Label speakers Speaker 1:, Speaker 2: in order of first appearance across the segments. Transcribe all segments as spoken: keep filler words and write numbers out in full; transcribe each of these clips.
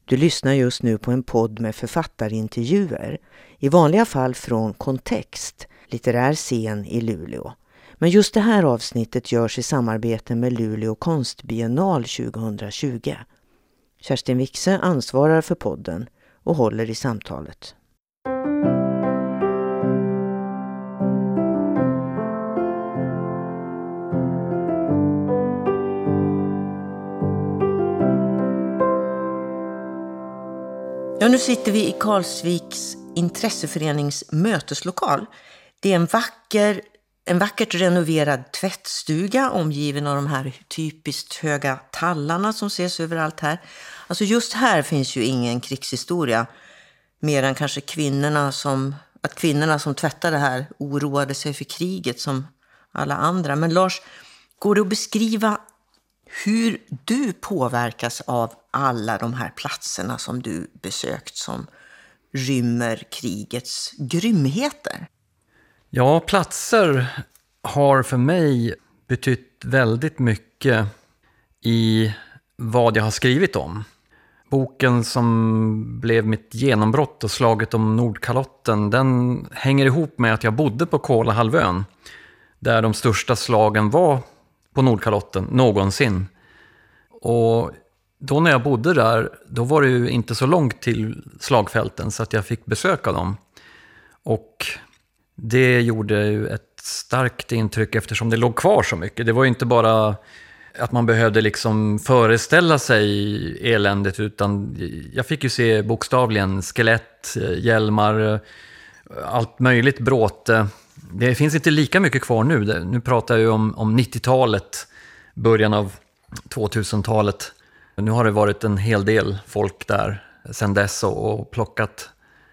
Speaker 1: Du lyssnar just nu på en podd med författarintervjuer. I vanliga fall från Kontext, litterär scen i Luleå. Men just det här avsnittet görs i samarbete med Luleå konstbiennal tjugohundratjugo. Kerstin Wixe ansvarar för podden och håller i samtalet. Ja, nu sitter vi i Karlsviks intresseförenings möteslokal. Det är en vacker, en vackert renoverad tvättstuga omgiven av de här typiskt höga tallarna som ses överallt här. Alltså just här finns ju ingen krigshistoria, mer än kanske kvinnorna som, att kvinnorna som tvättade här oroade sig för kriget som alla andra. Men Lars, går det att beskriva hur du påverkas av alla de här platserna som du besökt som rymmer krigets grymheter?
Speaker 2: Ja, platser har för mig betytt väldigt mycket i vad jag har skrivit om. Boken som blev mitt genombrott och slaget om Nordkalotten, den hänger ihop med att jag bodde på Kolahalvön, där de största slagen var på Nordkalotten någonsin. Och då när jag bodde där, då var det ju inte så långt till slagfälten så att jag fick besöka dem. Och det gjorde ju ett starkt intryck eftersom det låg kvar så mycket. Det var ju inte bara att man behövde liksom föreställa sig eländet, utan jag fick ju se bokstavligen skelett, hjälmar, allt möjligt bråte. Det finns inte lika mycket kvar nu. Nu pratar jag ju om, om nittiotalet, början av tvåtusentalet. Nu har det varit en hel del folk där sedan dess och, och plockat.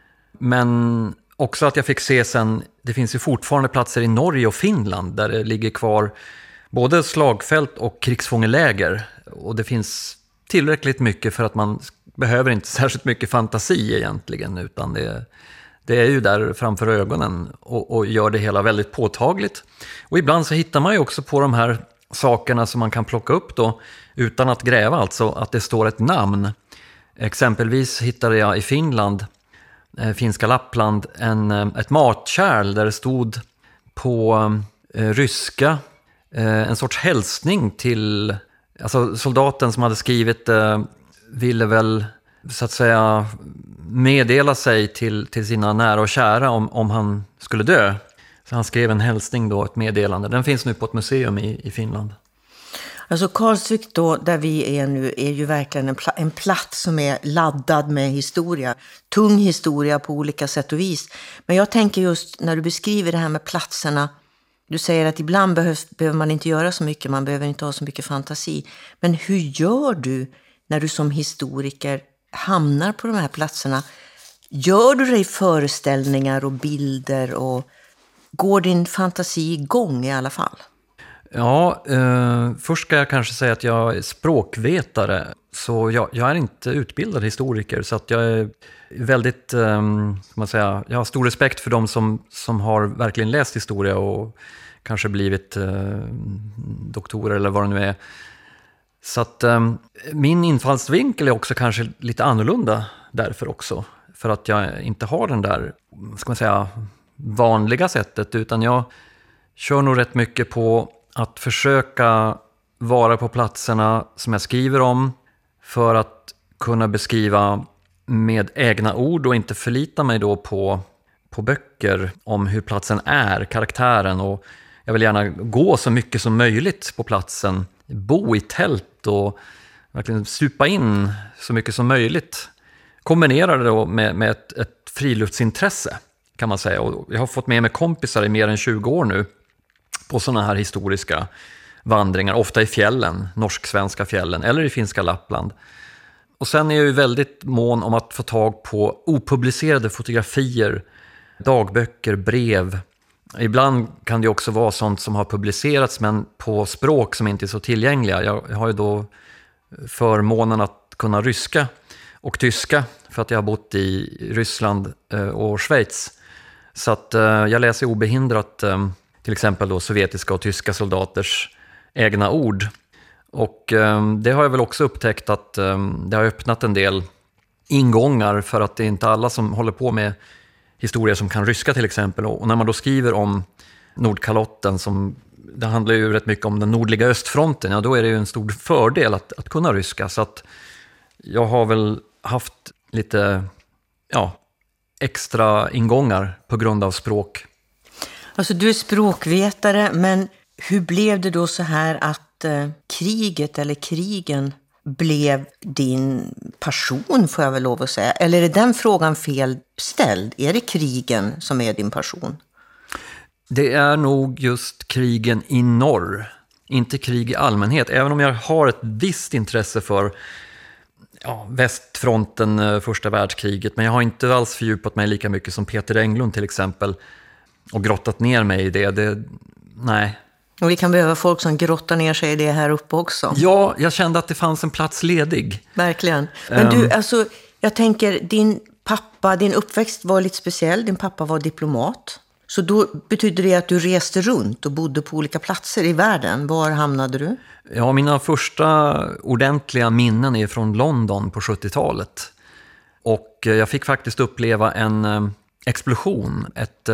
Speaker 2: Men också att jag fick se sen, det finns ju fortfarande platser i Norge och Finland där det ligger kvar både slagfält och krigsfångeläger. Och det finns tillräckligt mycket för att man behöver inte särskilt mycket fantasi egentligen, utan det, det är ju där framför ögonen och, och gör det hela väldigt påtagligt. Och ibland så hittar man ju också på de här sakerna som man kan plocka upp då utan att gräva, alltså att det står ett namn. Exempelvis hittade jag i Finland, eh, finska Lappland, en, ett matkärl där det stod på eh, ryska eh, en sorts hälsning till, alltså soldaten som hade skrivit eh, ville väl så att säga meddela sig till, till sina nära och kära om, om han skulle dö. Så han skrev en hälsning då, ett meddelande. Den finns nu på ett museum i, i Finland.
Speaker 1: Alltså Karlsvik då, där vi är nu, är ju verkligen en, pla- en plats som är laddad med historia. Tung historia på olika sätt och vis. Men jag tänker just när du beskriver det här med platserna. Du säger att ibland behövs, behöver man inte göra så mycket, man behöver inte ha så mycket fantasi. Men hur gör du när du som historiker hamnar på de här platserna? Gör du dig föreställningar och bilder och går din fantasi igång i alla fall?
Speaker 2: Ja, eh, först ska jag kanske säga att jag är språkvetare. Så jag, jag är inte utbildad historiker. Så att jag är väldigt, eh, ska man säga, jag har stor respekt för de som, som har verkligen läst historia och kanske blivit eh, doktorer eller vad det nu är. Så att eh, min infallsvinkel är också kanske lite annorlunda därför också. För att jag inte har den där, ska man säga, vanliga sättet, utan jag kör nog rätt mycket på att försöka vara på platserna som jag skriver om för att kunna beskriva med egna ord och inte förlita mig då på, på böcker om hur platsen är, karaktären, och jag vill gärna gå så mycket som möjligt på platsen, bo i tält och verkligen supa in så mycket som möjligt. Kombinera det då med, med ett, ett friluftsintresse kan man säga, och jag har fått med mig kompisar i mer än tjugo år nu på sådana här historiska vandringar, ofta i fjällen, norsk-svenska fjällen eller i finska Lappland. Och sen är jag ju väldigt mån om att få tag på opublicerade fotografier, dagböcker, brev. Ibland kan det också vara sånt som har publicerats men på språk som inte är så tillgängliga. Jag har ju då förmånen att kunna ryska och tyska för att jag har bott i Ryssland och Schweiz. Så att jag läser obehindrat till exempel då sovjetiska och tyska soldaters egna ord. Och det har jag väl också upptäckt att det har öppnat en del ingångar, för att det är inte alla som håller på med historia som kan ryska till exempel. Och när man då skriver om Nordkalotten, som det handlar ju rätt mycket om den nordliga östfronten, ja, då är det ju en stor fördel att, att kunna ryska. Så att jag har väl haft lite ja, extra ingångar på grund av språk.
Speaker 1: Alltså du är språkvetare, men hur blev det då så här att eh, kriget eller krigen blev din passion, får jag väl lov att säga? Eller är den frågan fel ställd? Är det krigen som är din passion?
Speaker 2: Det är nog just krigen i norr, inte krig i allmänhet. Även om jag har ett visst intresse för ja, västfronten, första världskriget. Men jag har inte alls fördjupat mig lika mycket som Peter Englund till exempel. Och grottat ner mig i det. det nej.
Speaker 1: Och vi kan behöva folk som grottar ner sig i det här uppe också.
Speaker 2: Ja, jag kände att det fanns en plats ledig.
Speaker 1: Verkligen. Men du, alltså, jag tänker, din pappa, din uppväxt var lite speciell. Din pappa var diplomat. Så då betyder det att du reste runt och bodde på olika platser i världen. Var hamnade du?
Speaker 2: Ja, mina första ordentliga minnen är från London på sjuttiotalet. Och jag fick faktiskt uppleva en explosion, ett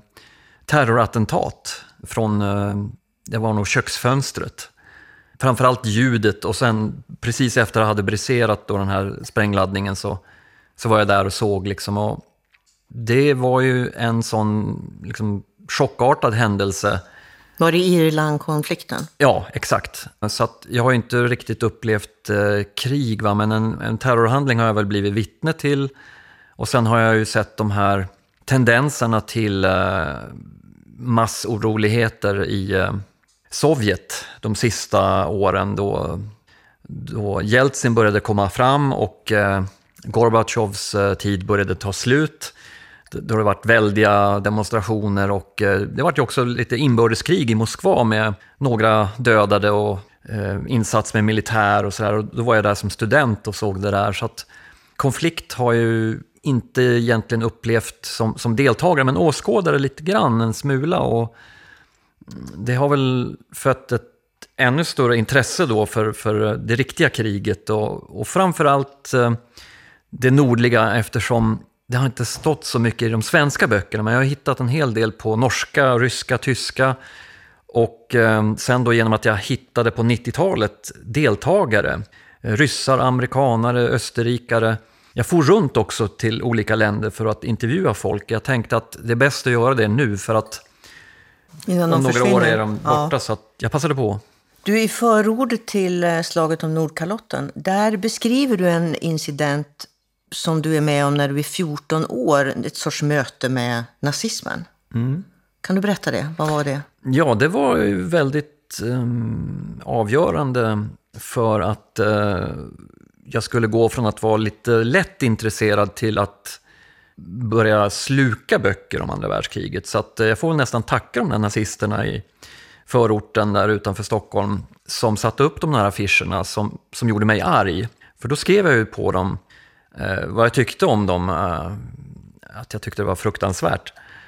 Speaker 2: terrorattentat från, det var nog köksfönstret. Framförallt ljudet, och sen precis efter att jag hade briserat då den här sprängladdningen så, så var jag där och såg liksom. Och det var ju en sån liksom chockartad händelse.
Speaker 1: Var det Irland-konflikten?
Speaker 2: Ja, exakt. Så att jag har ju inte riktigt upplevt eh, krig, va? Men en, en terrorhandling har jag väl blivit vittne till. Och sen har jag ju sett de här tendenserna till eh, massoroligheter i eh, Sovjet de sista åren då, då Jeltsin började komma fram och eh, Gorbatjovs eh, tid började ta slut. Då har det varit väldiga demonstrationer och eh, det var ju också lite inbördeskrig i Moskva med några dödade och eh, insats med militär och sådär. Och då var jag där som student och såg det där. Så att konflikt har ju inte egentligen upplevt som, som deltagare, men åskådare lite grann, en smula. Och det har väl fött ett ännu större intresse då för, för det riktiga kriget och, och framförallt eh, det nordliga, eftersom det har inte stått så mycket i de svenska böckerna, men jag har hittat en hel del på norska, ryska, tyska och eh, sen då genom att jag hittade på nittiotalet deltagare, ryssar, amerikanare, österrikare. Jag får runt också till olika länder för att intervjua folk. Jag tänkte att det är bäst att göra det nu för att
Speaker 1: innan
Speaker 2: om
Speaker 1: de
Speaker 2: några
Speaker 1: försvinner.
Speaker 2: år är de borta,
Speaker 1: Ja.
Speaker 2: Så att jag passade på.
Speaker 1: Du, i förordet till eh, slaget om Nordkalotten, där beskriver du en incident som du är med om när du är fjorton år, ett sorts möte med nazismen.
Speaker 2: Mm.
Speaker 1: Kan du berätta det? Vad var det?
Speaker 2: Ja, det var ju väldigt eh, avgörande för att eh, jag skulle gå från att vara lite lätt intresserad till att börja sluka böcker om andra världskriget. Så att eh, jag får väl nästan tacka de där nazisterna i förorten där utanför Stockholm som satte upp de här affischerna som, som gjorde mig arg. För då skrev jag ju på dem eh, vad jag tyckte om dem, eh, att jag tyckte det var fruktansvärt.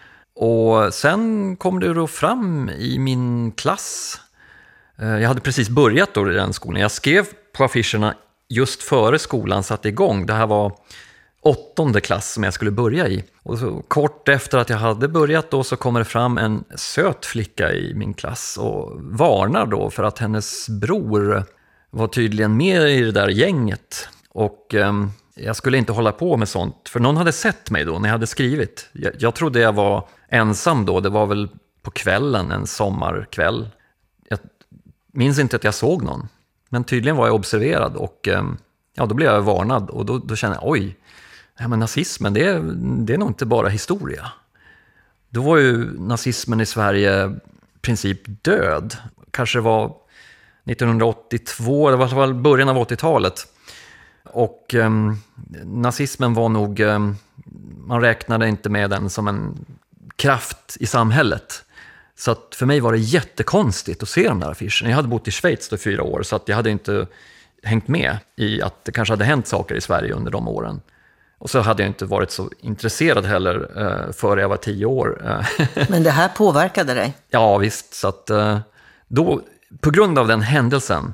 Speaker 2: Och sen kom det då fram i min klass. Eh, jag hade precis börjat då i den skolan. Jag skrev på affischerna just före skolan satte igång. Det här var åttonde klass som jag skulle börja i. Och så kort efter att jag hade börjat då så kommer det fram en söt flicka i min klass och varnar då för att hennes bror var tydligen med i det där gänget. Och eh, jag skulle inte hålla på med sånt, för någon hade sett mig då när jag hade skrivit. Jag, jag trodde jag var ensam då, det var väl på kvällen, en sommarkväll. Jag minns inte att jag såg någon, men tydligen var jag observerad och eh, ja, då blev jag varnad och då, då kände jag, oj, ja, men nazismen, det är, det är nog inte bara historia. Då var ju nazismen i Sverige i princip död. Kanske det var nittonhundraåttiotvå, det var i alla fall början av åttiotalet. Och eh, nazismen var nog, eh, man räknade inte med den som en kraft i samhället. Så att för mig var det jättekonstigt att se de där affischerna. Jag hade bott i Schweiz i fyra år så att jag hade inte hängt med i att det kanske hade hänt saker i Sverige under de åren. Och så hade jag inte varit så intresserad heller eh, före jag var tio år.
Speaker 1: Men det här påverkade dig?
Speaker 2: Ja, visst. Så att, eh, då, på grund av den händelsen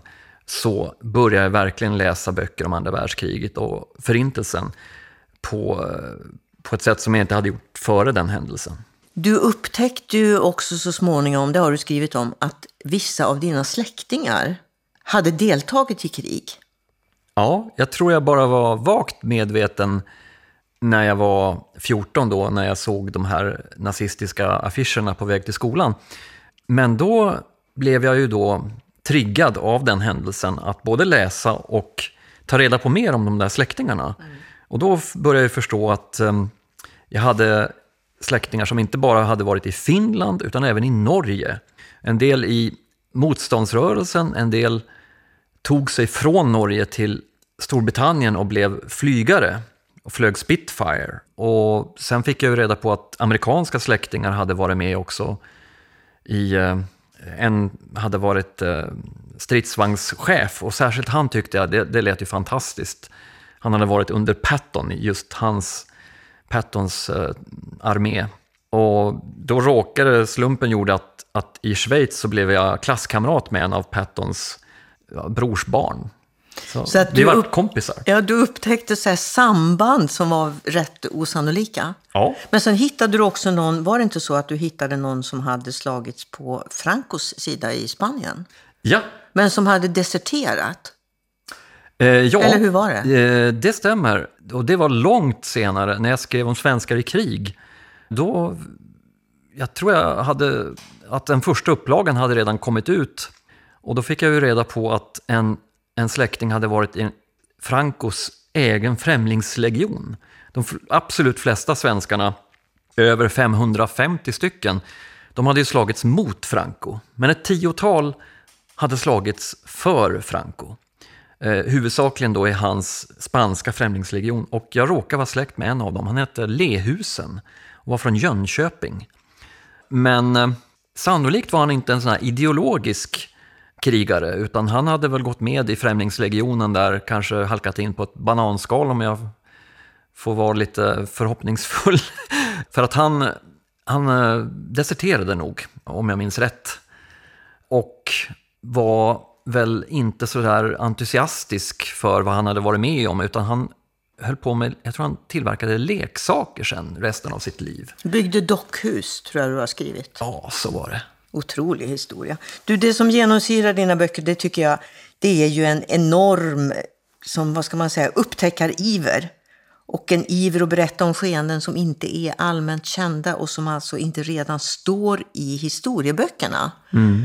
Speaker 2: så började jag verkligen läsa böcker om andra världskriget och förintelsen på, på ett sätt som jag inte hade gjort före den händelsen.
Speaker 1: Du upptäckte ju också så småningom, det har du skrivit om, att vissa av dina släktingar hade deltagit i krig.
Speaker 2: Ja, jag tror jag bara var vagt medveten när jag var fjorton då, när jag såg de här nazistiska affischerna på väg till skolan. Men då blev jag ju då triggad av den händelsen att både läsa och ta reda på mer om de där släktingarna. Mm. Och då började jag förstå att um, jag hade släktingar som inte bara hade varit i Finland utan även i Norge. En del i motståndsrörelsen, en del tog sig från Norge till Storbritannien och blev flygare och flög Spitfire. Och sen fick jag ju reda på att amerikanska släktingar hade varit med också. I, eh, en hade varit eh, stridsvagnschef och särskilt han tyckte jag, det, det lät ju fantastiskt. Han hade varit under Patton, just hans Pattons eh, armé. Och då råkade slumpen gjorde att, att i Schweiz så blev jag klasskamrat med en av Pattons ja, brorsbarn. Så, så att vi var upp, kompisar.
Speaker 1: Ja, du upptäckte så här samband som var rätt osannolika.
Speaker 2: Ja.
Speaker 1: Men sen hittade du också någon, var det inte så att du hittade någon som hade slagits på Francos sida i Spanien?
Speaker 2: Ja.
Speaker 1: Men som hade deserterat?
Speaker 2: Eh, ja,
Speaker 1: eller hur var det?
Speaker 2: Eh, det stämmer. Och det var långt senare när jag skrev om svenskar i krig. Då, jag tror jag hade, att den första upplagan hade redan kommit ut. Och då fick jag ju reda på att en, en släkting hade varit i Francos egen främlingslegion. De absolut flesta svenskarna, över femhundrafemtio stycken, de hade ju slagits mot Franco. Men ett tiotal hade slagits för Franco. Eh, huvudsakligen då i hans spanska främlingslegion. Och jag råkar vara släkt med en av dem. Han heter Lehusen och var från Jönköping. Men eh, sannolikt var han inte en sån här ideologisk krigare, utan han hade väl gått med i främlingslegionen där, kanske halkat in på ett bananskal om jag får vara lite förhoppningsfull. För att han, han deserterade nog, om jag minns rätt. Och var väl inte så där entusiastisk för vad han hade varit med om, utan han höll på med, jag tror han tillverkade leksaker sen resten av sitt liv.
Speaker 1: Byggde dockhus, tror jag du har skrivit.
Speaker 2: Ja, så var det.
Speaker 1: Otrolig historia. Du, det som genomsyrar dina böcker, det tycker jag, det är ju en enorm, som vad ska man säga, upptäckariver. Och en iver att berätta om skeenden som inte är allmänt kända och som alltså inte redan står i historieböckerna.
Speaker 2: Mm.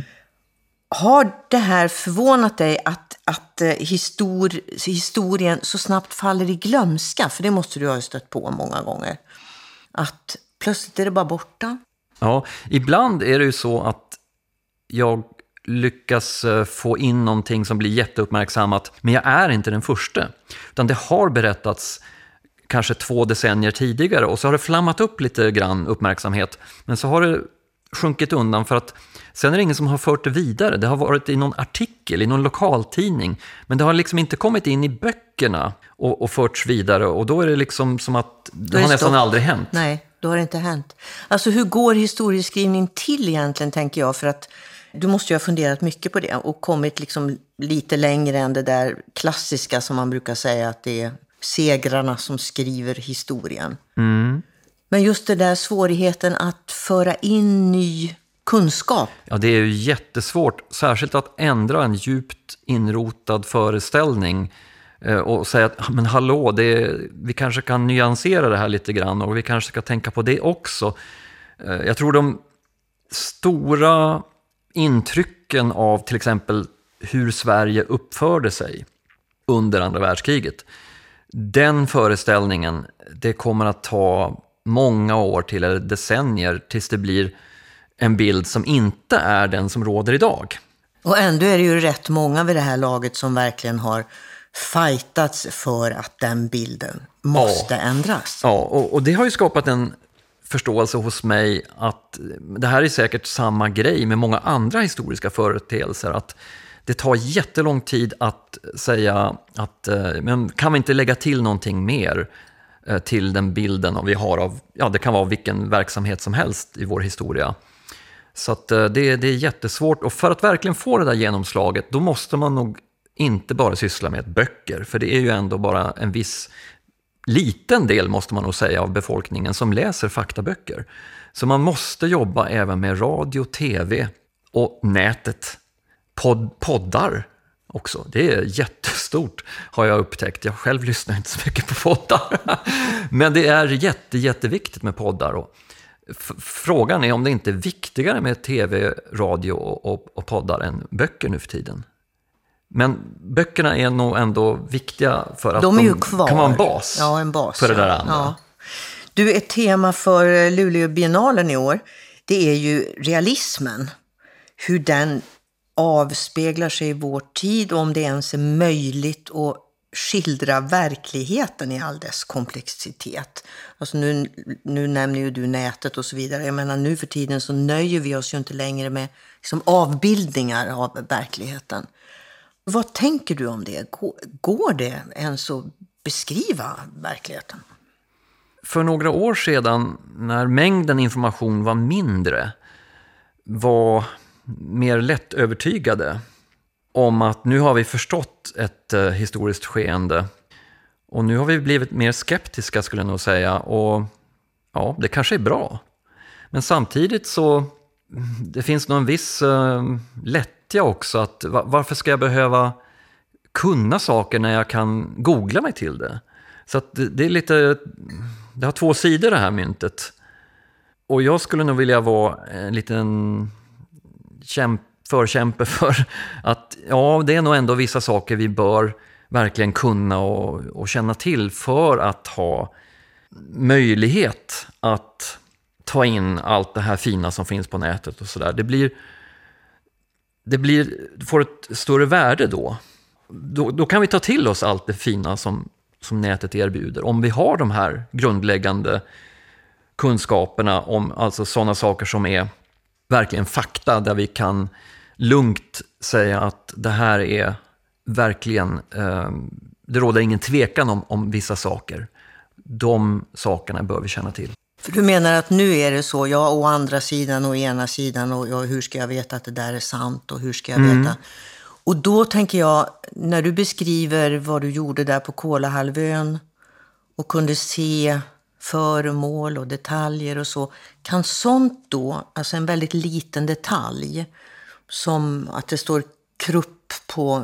Speaker 1: Har det här förvånat dig att, att histor, historien så snabbt faller i glömska? För det måste du ha stött på många gånger. Att plötsligt är det bara borta.
Speaker 2: Ja, ibland är det ju så att jag lyckas få in någonting som blir jätteuppmärksammat, men jag är inte den första. Utan det har berättats kanske två decennier tidigare och så har det flammat upp lite grann uppmärksamhet, men så har det sjunkit undan för att sen är det ingen som har fört det vidare. Det har varit i någon artikel, i någon lokaltidning, men det har liksom inte kommit in i böckerna och, och förts vidare, och då är det liksom som att det har nästan aldrig hänt.
Speaker 1: Nej, då har det inte hänt. Alltså hur går historieskrivning till egentligen, tänker jag, för att du måste ju ha funderat mycket på det och kommit liksom lite längre än det där klassiska som man brukar säga, att det är segrarna som skriver historien.
Speaker 2: Mm.
Speaker 1: Men just det där svårigheten att föra in ny kunskap.
Speaker 2: Ja, det är ju jättesvårt, särskilt att ändra en djupt inrotad föreställning och säga att men hallå, det är, vi kanske kan nyansera det här lite grann och vi kanske ska tänka på det också. Jag tror de stora intrycken av till exempel hur Sverige uppförde sig under andra världskriget, den föreställningen, det kommer att ta många år till, eller decennier, tills det blir en bild som inte är den som råder idag.
Speaker 1: Och ändå är det ju rätt många vid det här laget som verkligen har fightats för att den bilden måste
Speaker 2: ja.
Speaker 1: ändras.
Speaker 2: Ja, och, och det har ju skapat en förståelse hos mig att det här är säkert samma grej med många andra historiska företeelser, att det tar jättelång tid att säga att men kan vi inte lägga till någonting mer till den bilden vi har av, ja, det kan vara vilken verksamhet som helst i vår historia. Så att det, det är jättesvårt, och för att verkligen få det där genomslaget, då måste man nog inte bara syssla med böcker, för det är ju ändå bara en viss liten del, måste man nog säga, av befolkningen som läser faktaböcker. Så man måste jobba även med radio, tv och nätet. Pod- poddar också. Det är jättestort, har jag upptäckt. Jag själv lyssnar inte så mycket på poddar. Men det är jätte, jätteviktigt med poddar. Och f- frågan är om det inte är viktigare med tv, radio och, och, och poddar än böcker nu för tiden. Men böckerna är nog ändå viktiga för att
Speaker 1: de, är ju
Speaker 2: de
Speaker 1: kvar.
Speaker 2: kan vara en bas,
Speaker 1: ja, en bas
Speaker 2: för det där
Speaker 1: ja.
Speaker 2: andra.
Speaker 1: Ja. Du, ett tema för Luleå-biennalen i år, det är ju realismen. Hur den avspeglar sig i vår tid och om det ens är möjligt att skildra verkligheten i all dess komplexitet. Alltså nu, nu nämner ju du nätet och så vidare. Jag menar, nu för tiden så nöjer vi oss ju inte längre med liksom avbildningar av verkligheten. Vad tänker du om det? Går det ens att beskriva verkligheten?
Speaker 2: För några år sedan, när mängden information var mindre, var mer lätt övertygade om att nu har vi förstått ett eh, historiskt skeende. Och nu har vi blivit mer skeptiska, skulle jag nog säga. Och ja, det kanske är bra. Men samtidigt så det finns nog en viss eh, lättja också. Att, var, varför ska jag behöva kunna saker när jag kan googla mig till det? Så att det, det är lite... Det har två sidor det här myntet. Och jag skulle nog vilja vara en liten kämp, förkämpe för att ja, det är nog ändå vissa saker vi bör verkligen kunna och, och känna till för att ha möjlighet att ta in allt det här fina som finns på nätet och sådär. Det blir, det blir, får ett större värde då. då. Då kan vi ta till oss allt det fina som som nätet erbjuder. Om vi har de här grundläggande kunskaperna om alltså sådana saker som är verkligen fakta, där vi kan lugnt säga att det här är verkligen, eh, det råder ingen tvekan om, om vissa saker. De sakerna bör vi känna till.
Speaker 1: För du menar att nu är det så, ja, å andra sidan och ena sidan och ja, hur ska jag veta att det där är sant och hur ska jag
Speaker 2: Mm.
Speaker 1: veta? Och då tänker jag, när du beskriver vad du gjorde där på Kolahalvön och kunde se föremål och detaljer och så, kan sånt då, alltså en väldigt liten detalj, som att det står Krupp på,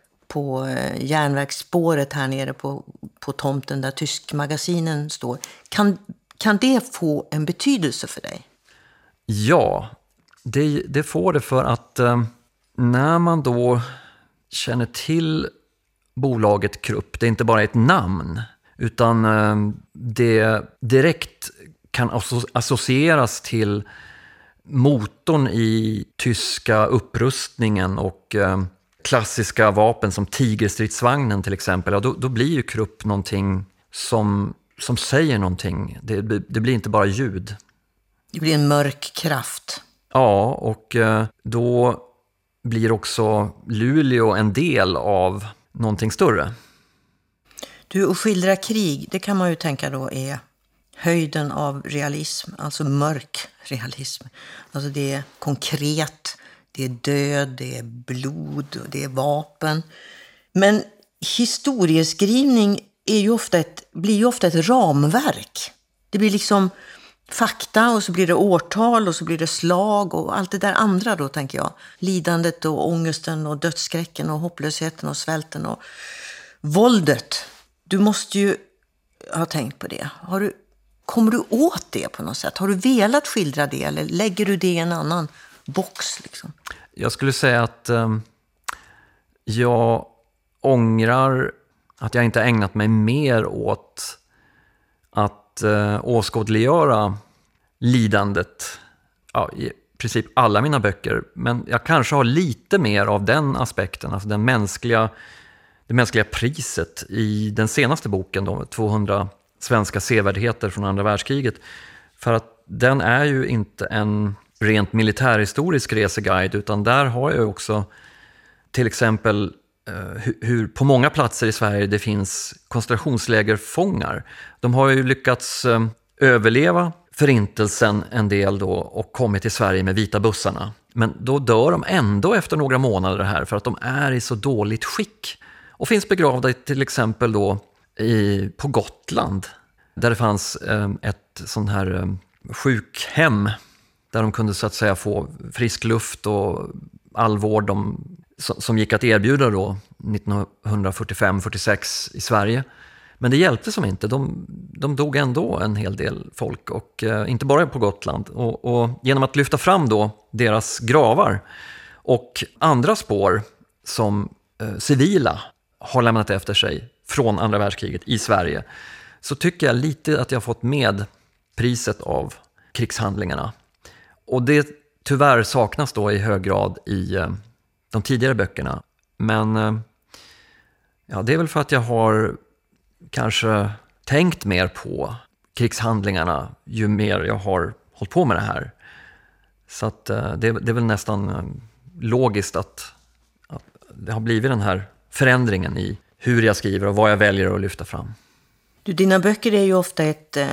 Speaker 1: på järnvägsspåret här nere på, på tomten där Tyskmagasinen står, kan, kan det få en betydelse för dig?
Speaker 2: Ja, det, det får det för att... Eh... När man då känner till bolaget Krupp, det är inte bara ett namn, utan det direkt kan associeras till motorn i tyska upprustningen och klassiska vapen som tigerstridsvagnen till exempel. Ja, då, då blir ju Krupp någonting som, som säger någonting. Det, det blir inte bara ljud.
Speaker 1: Det blir en mörk kraft.
Speaker 2: Ja, och då blir också Luleå en del av någonting större.
Speaker 1: Du, och skildra krig, det kan man ju tänka då är höjden av realism, alltså mörk realism. Alltså det är konkret, det är död, det är blod och det är vapen. Men historieskrivning är ju ofta ett, blir ju ofta ett ramverk. Det blir liksom fakta och så blir det årtal och så blir det slag och allt det där andra då, tänker jag. Lidandet och ångesten och dödsskräcken och hopplösheten och svälten och våldet. Du måste ju ha tänkt på det. Har du, kommer du åt det på något sätt? Har du velat skildra det eller lägger du det i en annan box liksom?
Speaker 2: Jag skulle säga att eh, jag ångrar att jag inte ägnat mig mer åt att eh, åskådliggöra lidandet, ja, i princip alla mina böcker, men jag kanske har lite mer av den aspekten, alltså den mänskliga, det mänskliga priset i den senaste boken då, tvåhundra svenska sevärdheter från andra världskriget, för att den är ju inte en rent militärhistorisk reseguide, utan där har jag också till exempel hur på många platser i Sverige det finns koncentrationslägerfångar. De har ju lyckats överleva förintelsen en del då och kommit till Sverige med vita bussarna. Men då dör de ändå efter några månader här för att de är i så dåligt skick. Och finns begravda till exempel då i, på Gotland. Där det fanns eh, ett sån här eh, sjukhem. Där de kunde så att säga få frisk luft och all vård de, som gick att erbjuda då nittonhundrafyrtiofem fyrtiosex i Sverige. Men det hjälpte som inte. De, de dog ändå en hel del folk och eh, inte bara på Gotland. Och, och genom att lyfta fram då deras gravar och andra spår som eh, civila har lämnat efter sig från andra världskriget i Sverige, så tycker jag lite att jag har fått med priset av krigshandlingarna. Och det tyvärr saknas då i hög grad i eh, de tidigare böckerna. Men eh, ja, det är väl för att jag har kanske tänkt mer på krigshandlingarna ju mer jag har hållit på med det här. Så att eh, det, det är väl nästan eh, logiskt att, att det har blivit den här förändringen i hur jag skriver och vad jag väljer att lyfta fram.
Speaker 1: Du, dina böcker är ju ofta ett eh,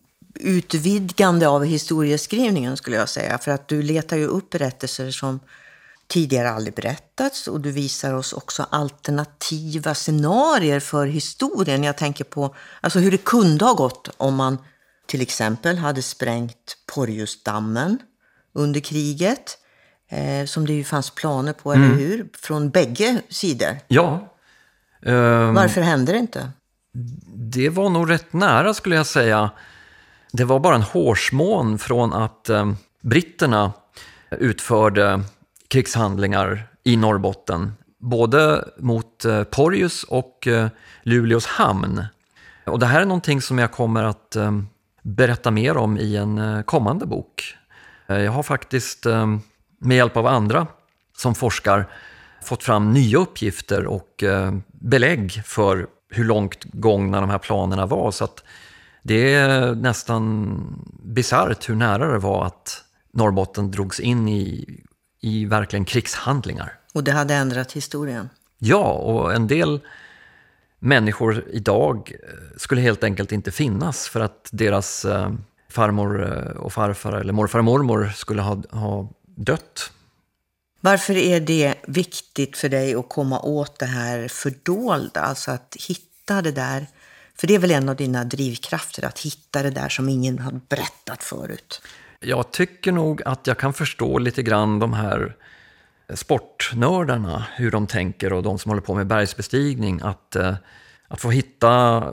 Speaker 1: utvidgande av historieskrivningen, skulle jag säga. För att du letar ju upp berättelser som tidigare aldrig berättats, och du visar oss också alternativa scenarier för historien. Jag tänker på alltså hur det kunde ha gått om man till exempel hade sprängt Porjusdammen under kriget, eh, som det ju fanns planer på, mm. eller hur? Från bägge sidor.
Speaker 2: Ja. Um,
Speaker 1: Varför hände det inte?
Speaker 2: Det var nog rätt nära, skulle jag säga. Det var bara en hårsmån från att eh, britterna utförde krigshandlingar i Norrbotten. Både mot eh, Porjus och eh, Luleås hamn. Och det här är någonting som jag kommer att eh, berätta mer om i en eh, kommande bok. Eh, jag har faktiskt eh, med hjälp av andra som forskar fått fram nya uppgifter och eh, belägg för hur långt gångna de här planerna var. Så att det är nästan bizarrt hur nära det var att Norrbotten drogs in i, i verkligen krigshandlingar.
Speaker 1: Och det hade ändrat historien?
Speaker 2: Ja, och en del människor idag skulle helt enkelt inte finnas för att deras eh, farmor och farfar eller morfar och mormor skulle ha, ha dött.
Speaker 1: Varför är det viktigt för dig att komma åt det här fördolda? Alltså att hitta det där. För det är väl en av dina drivkrafter, att hitta det där som ingen har berättat förut.
Speaker 2: Jag tycker nog att jag kan förstå lite grann de här sportnördarna, hur de tänker, och de som håller på med bergsbestigning. Att, att få hitta,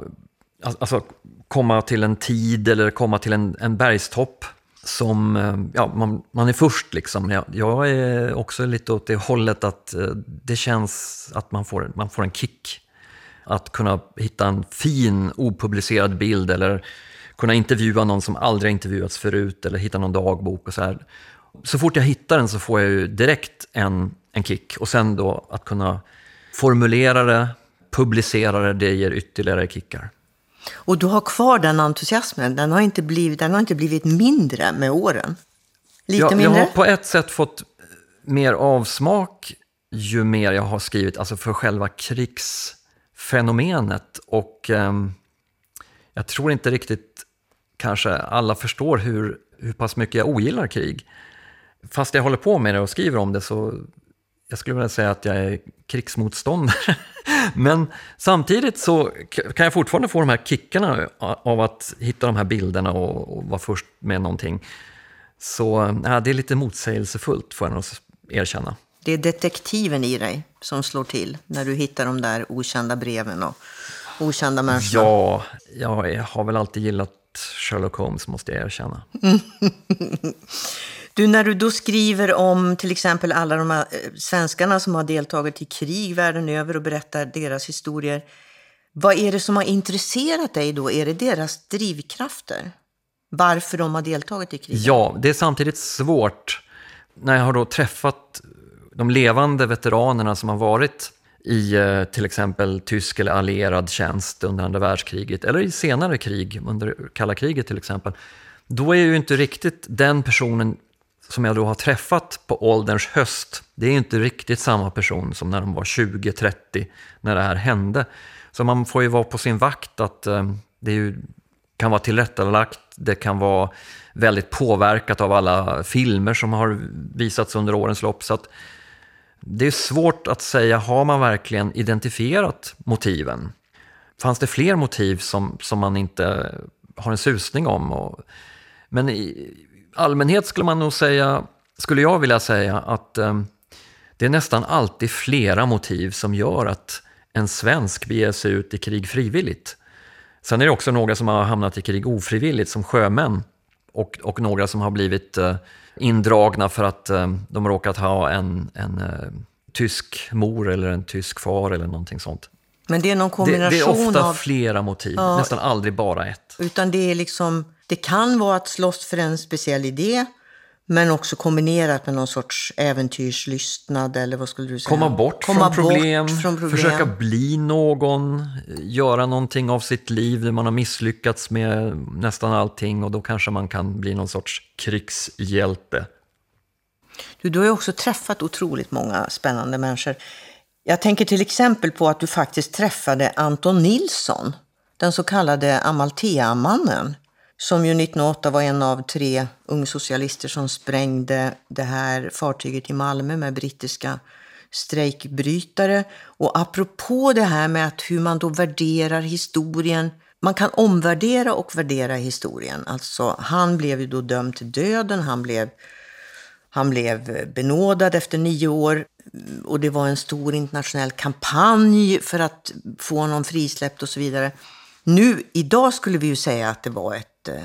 Speaker 2: alltså komma till en tid eller komma till en, en bergstopp som, ja, man, man är först liksom. Jag, jag är också lite åt det hållet att det känns att man får, man får en kick. Att kunna hitta en fin opublicerad bild eller kunna intervjua någon som aldrig har intervjuats förut eller hitta någon dagbok och så här. Så fort jag hittar den så får jag ju direkt en, en kick, och sen då att kunna formulera det, publicera det, det ger ytterligare kickar.
Speaker 1: Och du har kvar den entusiasmen, den har inte blivit, den har inte blivit mindre med åren? Lite
Speaker 2: jag,
Speaker 1: mindre?
Speaker 2: Jag har på ett sätt fått mer avsmak ju mer jag har skrivit, alltså för själva krigsfenomenet, och eh, jag tror inte riktigt kanske alla förstår hur, hur pass mycket jag ogillar krig. Fast jag håller på med det och skriver om det, så jag skulle vilja säga att jag är krigsmotståndare. Men samtidigt så kan jag fortfarande få de här kickarna av att hitta de här bilderna och, och vara först med någonting. Så ja, det är lite motsägelsefullt, får jag nog erkänna.
Speaker 1: Det är detektiven i dig som slår till när du hittar de där okända breven och okända människorna.
Speaker 2: Ja, jag har väl alltid gillat Sherlock Holmes, måste jag erkänna.
Speaker 1: Du, när du då skriver om till exempel alla de här svenskarna som har deltagit i krig världen över och berättar deras historier, vad är det som har intresserat dig då? Är det deras drivkrafter? Varför de har deltagit i krig?
Speaker 2: Ja, det är samtidigt svårt. När jag har då träffat de levande veteranerna som har varit i till exempel tysk eller allierad tjänst under andra världskriget eller i senare krig, under kalla kriget till exempel, då är ju inte riktigt den personen som jag då har träffat på ålderns höst, det är ju inte riktigt samma person som när de var tjugo trettio när det här hände. Så man får ju vara på sin vakt att eh, det är ju kan vara tillrättalagt, det kan vara väldigt påverkat av alla filmer som har visats under årens lopp. Så att det är svårt att säga, har man verkligen identifierat motiven? Fanns det fler motiv som, som man inte har en susning om? Och, men i allmänhet skulle man nog säga, skulle jag vilja säga att eh, det är nästan alltid flera motiv som gör att en svensk beger sig ut i krig frivilligt. Sen är det också några som har hamnat i krig ofrivilligt som sjömän. Och, och några som har blivit eh, indragna för att eh, de råkat ha en, en eh, tysk mor eller en tysk far eller någonting sånt.
Speaker 1: Men det är någon kombination
Speaker 2: det, det är ofta
Speaker 1: av
Speaker 2: flera motiv,
Speaker 1: ja,
Speaker 2: nästan aldrig bara ett.
Speaker 1: Utan det är liksom, det kan vara att slåss för en speciell idé, men också kombinerat med någon sorts äventyrslystnad, eller vad skulle du säga?
Speaker 2: Komma bort,
Speaker 1: Komma
Speaker 2: från, problem,
Speaker 1: bort från problem,
Speaker 2: försöka bli någon, göra någonting av sitt liv där man har misslyckats med nästan allting, och då kanske man kan bli någon sorts krigshjälte.
Speaker 1: Du, du har ju också träffat otroligt många spännande människor. Jag tänker till exempel på att du faktiskt träffade Anton Nilsson, den så kallade Amalthea-mannen, som ju nittonhundraåtta var en av tre ungsocialister som sprängde det här fartyget i Malmö med brittiska strejkbrytare. Och apropå det här med att hur man då värderar historien, man kan omvärdera och värdera historien. Alltså han blev ju då dömd till döden, han blev, han blev benådad efter nio år. Och det var en stor internationell kampanj för att få honom frisläppt och så vidare. Nu, idag skulle vi ju säga att det var ett eh,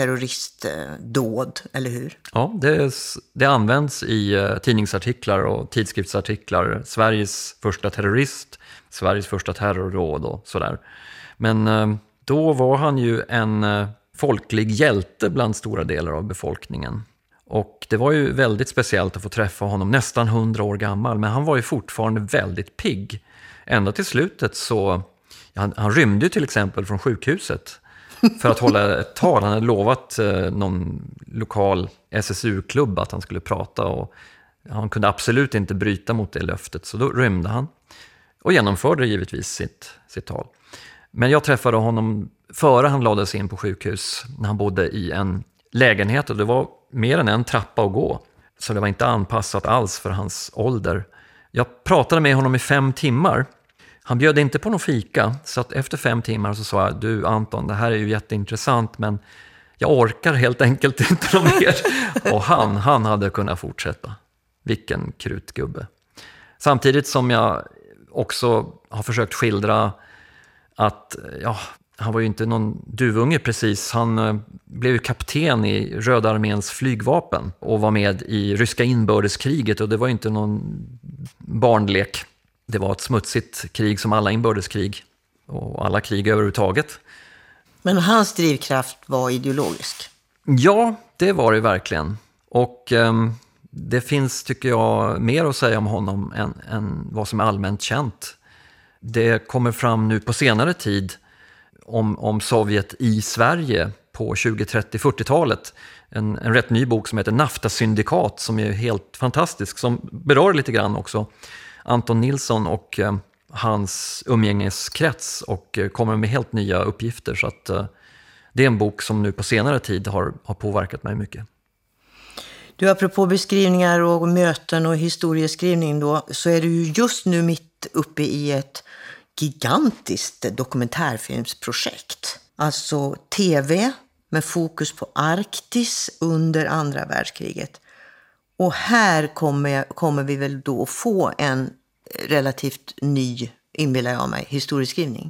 Speaker 1: terroristdåd, eller hur?
Speaker 2: Ja, det, det används i eh, tidningsartiklar och tidskriftsartiklar. Sveriges första terrorist, Sveriges första terrorråd och sådär. Men eh, då var han ju en eh, folklig hjälte bland stora delar av befolkningen. Och det var ju väldigt speciellt att få träffa honom, nästan hundra år gammal. Men han var ju fortfarande väldigt pigg. Ända till slutet så... Han, han rymde till exempel från sjukhuset för att hålla ett tal. Han hade lovat eh, någon lokal S S U-klubb att han skulle prata. Och han kunde absolut inte bryta mot det löftet. Så då rymde han och genomförde givetvis sitt, sitt tal. Men jag träffade honom före han lades in på sjukhus, när han bodde i en lägenhet. Och det var mer än en trappa att gå. Så det var inte anpassat alls för hans ålder. Jag pratade med honom i fem timmar. Han bjöd inte på någon fika, så att efter fem timmar så sa jag, du Anton, det här är ju jätteintressant, men jag orkar helt enkelt inte något mer. Och han, han hade kunnat fortsätta. Vilken krutgubbe. Samtidigt som jag också har försökt skildra att, ja, han var ju inte någon duvunge precis. Han eh, blev ju kapten i Röda arméns flygvapen och var med i ryska inbördeskriget, och det var ju inte någon barnlek. Det var ett smutsigt krig som alla inbördeskrig och alla krig överhuvudtaget.
Speaker 1: Men hans drivkraft var ideologisk?
Speaker 2: Ja, det var det verkligen. Och eh, det finns, tycker jag, mer att säga om honom än, än vad som är allmänt känt. Det kommer fram nu på senare tid om, om Sovjet i Sverige på tjugo, trettio, fyrtiotalet. En, en rätt ny bok som heter Nafta-syndikat, som är helt fantastisk, som berör lite grann också Anton Nilsson och eh, hans umgängeskrets, och eh, kommer med helt nya uppgifter. Så att eh, det är en bok som nu på senare tid har, har påverkat mig mycket.
Speaker 1: Du, apropå beskrivningar och möten och historieskrivning då, så är du ju just nu mitt uppe i ett gigantiskt dokumentärfilmsprojekt. Alltså tv med fokus på Arktis under andra världskriget. Och här kommer, kommer vi väl då få en relativt ny, inbillar jag mig, historieskrivning.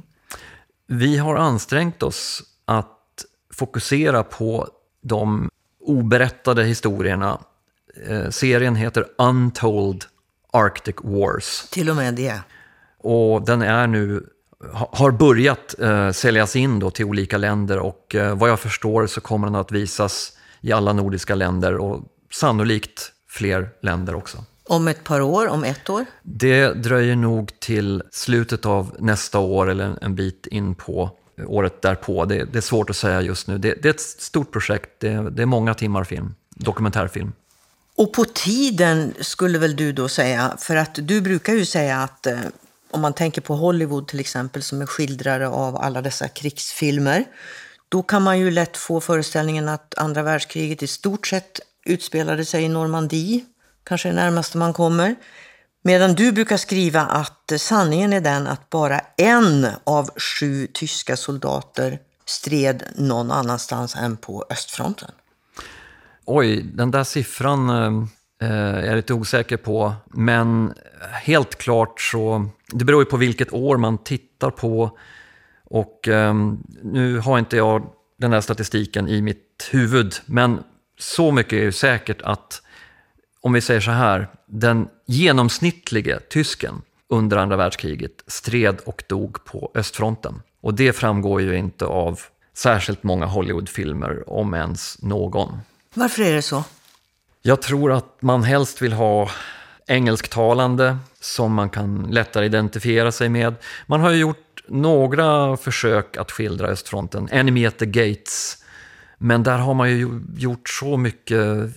Speaker 2: Vi har ansträngt oss att fokusera på de oberättade historierna. Eh, serien heter Untold Arctic Wars.
Speaker 1: Till och med det.
Speaker 2: Och den är nu, har börjat eh, säljas in då till olika länder, och eh, vad jag förstår så kommer den att visas i alla nordiska länder och sannolikt fler länder också.
Speaker 1: Om ett par år, om ett år?
Speaker 2: Det dröjer nog till slutet av nästa år eller en bit in på året därpå. Det, det är svårt att säga just nu. Det, det är ett stort projekt. Det, det är många timmar film, dokumentärfilm.
Speaker 1: Och på tiden skulle väl du då säga, för att du brukar ju säga att eh, om man tänker på Hollywood till exempel, som är skildrare av alla dessa krigsfilmer, då kan man ju lätt få föreställningen att andra världskriget i stort sett utspelade sig i Normandie. Kanske det närmaste man kommer. Medan du brukar skriva att sanningen är den att bara en av sju tyska soldater stred någon annanstans än på östfronten.
Speaker 2: Oj, den där siffran eh, är jag lite osäker på. Men helt klart så, det beror ju på vilket år man tittar på. Och eh, nu har inte jag den här statistiken i mitt huvud. Men så mycket är ju säkert att, om vi säger så här, den genomsnittliga tysken under andra världskriget stred och dog på östfronten. Och det framgår ju inte av särskilt många Hollywoodfilmer, om ens någon.
Speaker 1: Varför är det så?
Speaker 2: Jag tror att man helst vill ha engelsktalande som man kan lättare identifiera sig med. Man har ju gjort några försök att skildra östfronten. Enemy at the Gates. Men där har man ju gjort så mycket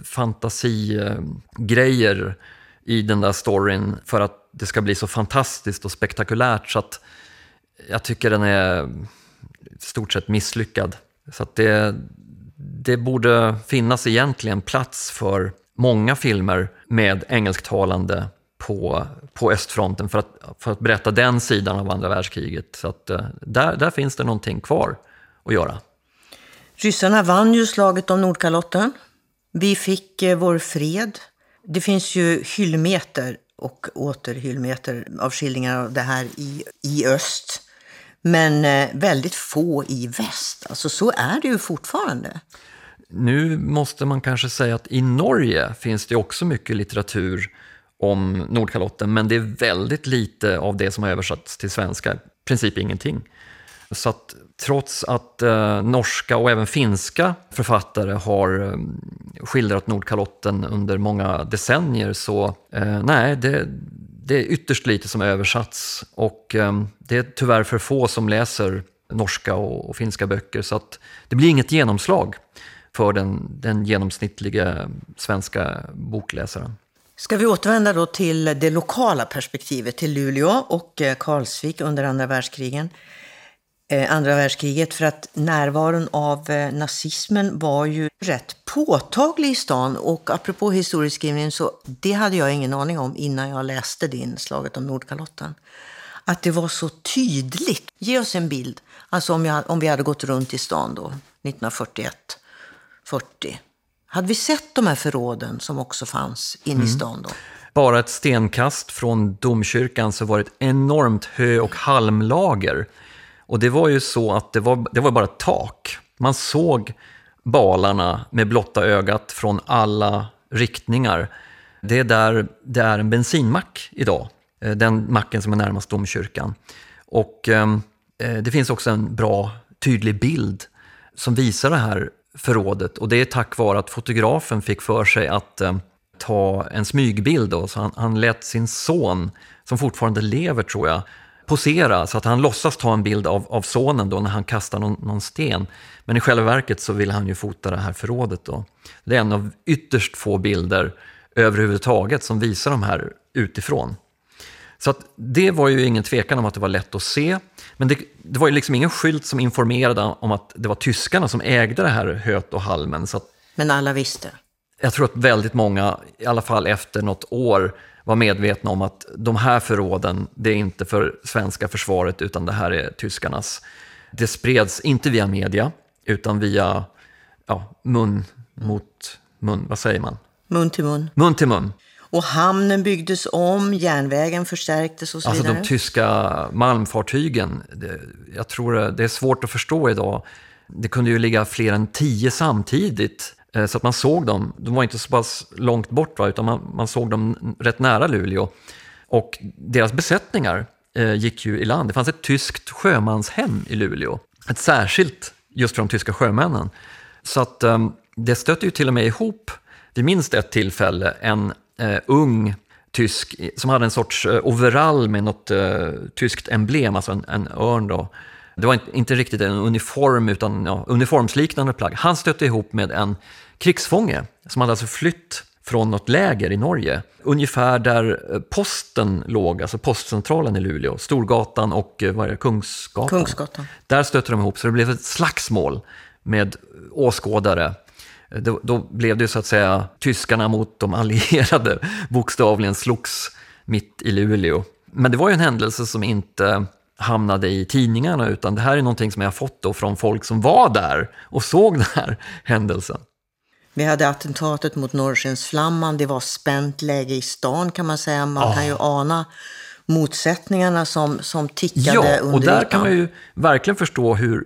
Speaker 2: fantasigrejer i den där storyn för att det ska bli så fantastiskt och spektakulärt, så att jag tycker den är stort sett misslyckad. Så att det, det borde finnas egentligen plats för många filmer med engelsktalande på, på östfronten för att, för att berätta den sidan av andra världskriget. Så att där, där finns det någonting kvar att göra.
Speaker 1: Ryssarna vann ju slaget om Nordkalotten. Vi fick eh, vår fred. Det finns ju hyllmeter och åter hyllmeter av skildringar av det här i, i öst. Men eh, väldigt få i väst. Alltså så är det ju fortfarande.
Speaker 2: Nu måste man kanske säga att i Norge finns det också mycket litteratur om Nordkalotten. Men det är väldigt lite av det som har översatts till svenska. I princip ingenting. Så att trots att eh, norska och även finska författare har eh, skildrat Nordkalotten under många decennier, så eh, nej, det, det är ytterst lite som översatts. Och eh, det är tyvärr för få som läser norska och, och finska böcker, så att det blir inget genomslag för den, den genomsnittliga svenska bokläsaren.
Speaker 1: Ska vi återvända då till det lokala perspektivet, till Luleå och eh, Karlsvik under andra världskrigen. andra världskriget, för att närvaron av nazismen var ju rätt påtaglig i stan. Och apropå historieskrivningen, så det hade jag ingen aning om innan jag läste din Slaget om Nordkalotten. Att det var så tydligt. Ge oss en bild. Alltså om, jag, om vi hade gått runt i stan då, nittonhundrafyrtioett fyrtio. Hade vi sett de här förråden som också fanns inne i stan då?
Speaker 2: Bara ett stenkast från domkyrkan så var det ett enormt hö- och halmlager. Och det var ju så att det var, det var bara ett tak. Man såg balarna med blotta ögat från alla riktningar. Det är där det är en bensinmack idag. Den macken som är närmast domkyrkan. Och eh, det finns också en bra, tydlig bild som visar det här förrådet. Och det är tack vare att fotografen fick för sig att eh, ta en smygbild. Då. Så han, han lät sin son, som fortfarande lever tror jag, posera så att han låtsas ta en bild av, av sonen då när han kastar någon, någon sten. Men i själva verket så vill han ju fota det här förrådet då. Det är en av ytterst få bilder överhuvudtaget som visar de här utifrån. Så att det var ju ingen tvekan om att det var lätt att se. Men det, det var ju liksom ingen skylt som informerade om att det var tyskarna som ägde det här höet och halmen. Så att,
Speaker 1: men alla visste.
Speaker 2: Jag tror att väldigt många, i alla fall efter något år, var medvetna om att de här förråden, det är inte för svenska försvaret utan det här är tyskarnas. Det spreds inte via media utan via ja, mun mot mun, vad säger man?
Speaker 1: Mun till mun.
Speaker 2: Mun till mun.
Speaker 1: Och hamnen byggdes om, järnvägen förstärktes och så
Speaker 2: alltså
Speaker 1: vidare.
Speaker 2: Alltså de tyska malmfartygen, det, jag tror det är svårt att förstå idag. Det kunde ju ligga fler än tio samtidigt. Så att man såg dem, de var inte så pass långt bort va, utan man, man såg dem rätt nära Luleå. Och deras besättningar eh, gick ju i land. Det fanns ett tyskt sjömanshem i Luleå. Ett särskilt just för de tyska sjömännen. Så att eh, det stötte ju till och med ihop vid minst ett tillfälle en eh, ung tysk som hade en sorts eh, overall med något eh, tyskt emblem, alltså en, en örn då. Det var inte, inte riktigt en uniform utan ja, uniformsliknande plagg. Han stötte ihop med en krigsfånge som hade alltså flytt från något läger i Norge. Ungefär där posten låg, alltså postcentralen i Luleå, Storgatan och vad är det, Kungsgatan.
Speaker 1: Kungsgatan.
Speaker 2: Där stötte de ihop, så det blev ett slagsmål med åskådare. Då, då blev det så att säga tyskarna mot de allierade bokstavligen slogs mitt i Luleå. Men det var ju en händelse som inte hamnade i tidningarna, utan det här är någonting som jag har fått då från folk som var där och såg den här händelsen.
Speaker 1: Vi hade attentatet mot Norrskensflamman, det var spänt läge i stan kan man säga. Man
Speaker 2: Ja.
Speaker 1: kan ju ana motsättningarna som, som tickade
Speaker 2: Ja,
Speaker 1: under
Speaker 2: och där
Speaker 1: ytan.
Speaker 2: kan man ju verkligen förstå hur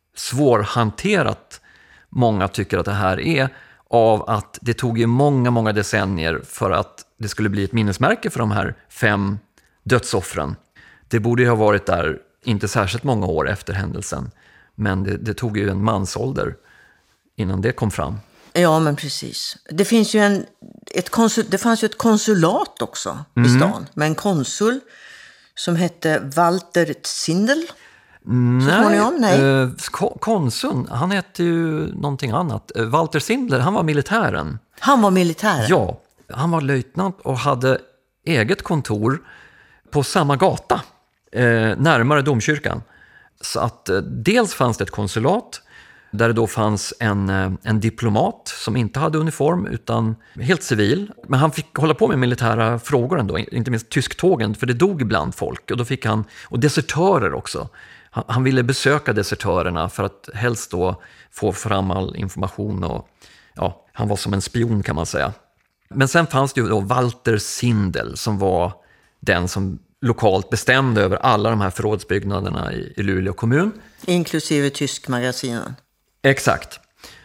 Speaker 2: svårhanterat många tycker att det här är, av att det tog ju många, många decennier för att det skulle bli ett minnesmärke för de här fem dödsoffren. Det borde ju ha varit där inte särskilt många år efter händelsen, men det, det tog ju en mansålder innan det kom fram.
Speaker 1: Ja, men precis. Det, finns ju en, ett konsul, det fanns ju ett konsulat också
Speaker 2: Mm.
Speaker 1: i stan med en konsul som hette Walter Zindel. småningom, nej.
Speaker 2: Eh, ko- konsuln, han hette ju någonting annat. Eh, Walter Zindler, han var militären.
Speaker 1: Han var militär.
Speaker 2: Ja, han var löjtnant och hade eget kontor på samma gata, eh, närmare domkyrkan. Så att eh, dels fanns det ett konsulat där det då fanns en, eh, en diplomat som inte hade uniform utan helt civil. Men han fick hålla på med militära frågor ändå, inte minst tysktågen, för det dog ibland folk. Och då fick han, och desertörer också. Han, han ville besöka desertörerna för att helst då få fram all information och ja, han var som en spion kan man säga. Men sen fanns det ju då Walter Zindel som var den som lokalt bestämde över alla de här förrådsbyggnaderna i, i Luleå kommun.
Speaker 1: Inklusive tyskmagasinen.
Speaker 2: Exakt.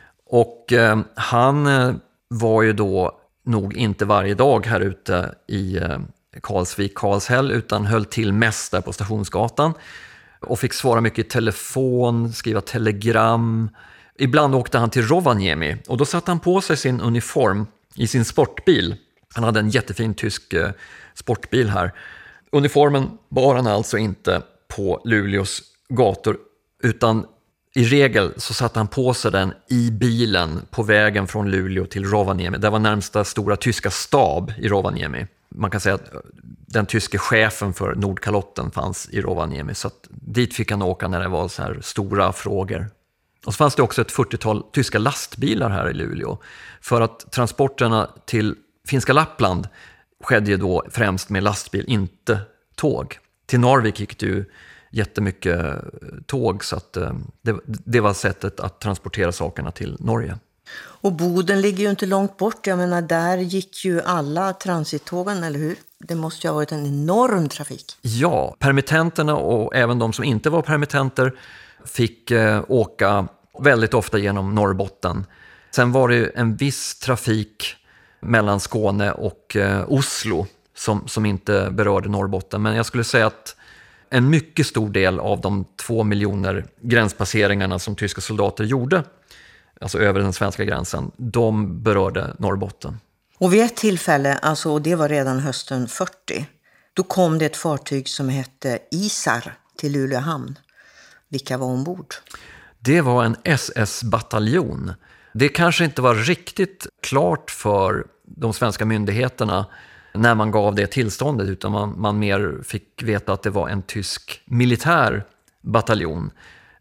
Speaker 2: Och eh, han eh, var ju då nog inte varje dag här ute i eh, Karlsvik, Karlshäll, utan höll till mest där på Stationsgatan. Och fick svara mycket i telefon, skriva telegram. Ibland åkte han till Rovaniemi och då satte han på sig sin uniform i sin sportbil. Han hade en jättefin tysk eh, sportbil här. Uniformen bar han alltså inte på Luleås gator, utan i regel så satte han på sig den i bilen på vägen från Luleå till Rovaniemi. Det var närmsta stora tyska stab i Rovaniemi. Man kan säga att den tyske chefen för Nordkalotten fanns i Rovaniemi, så att dit fick han åka när det var så här stora frågor. Och så fanns det också ett fyrtiotal tyska lastbilar här i Luleå. För att transporterna till finska Lappland skedde ju då främst med lastbil, inte tåg. Till Narvik gick det ju jättemycket tåg, så att det, det var sättet att transportera sakerna till Norge.
Speaker 1: Och Boden ligger ju inte långt bort. Jag menar, där gick ju alla transittågen, eller hur? Det måste ju ha varit en enorm trafik.
Speaker 2: Ja, permittenterna och även de som inte var permittenter fick eh, åka väldigt ofta genom Norrbotten. Sen var det en viss trafik mellan Skåne och eh, Oslo som, som inte berörde Norrbotten. Men jag skulle säga att en mycket stor del av de två miljoner gränspasseringarna som tyska soldater gjorde, alltså över den svenska gränsen, de berörde Norrbotten.
Speaker 1: Och vid ett tillfälle, alltså, och det var redan hösten fyrtio, då kom det ett fartyg som hette Isar till Luleå hamn. Vilka var ombord?
Speaker 2: Det var en S S-bataljon. Det kanske inte var riktigt klart för de svenska myndigheterna när man gav det tillståndet, utan man, man mer fick veta att det var en tysk militär bataljon.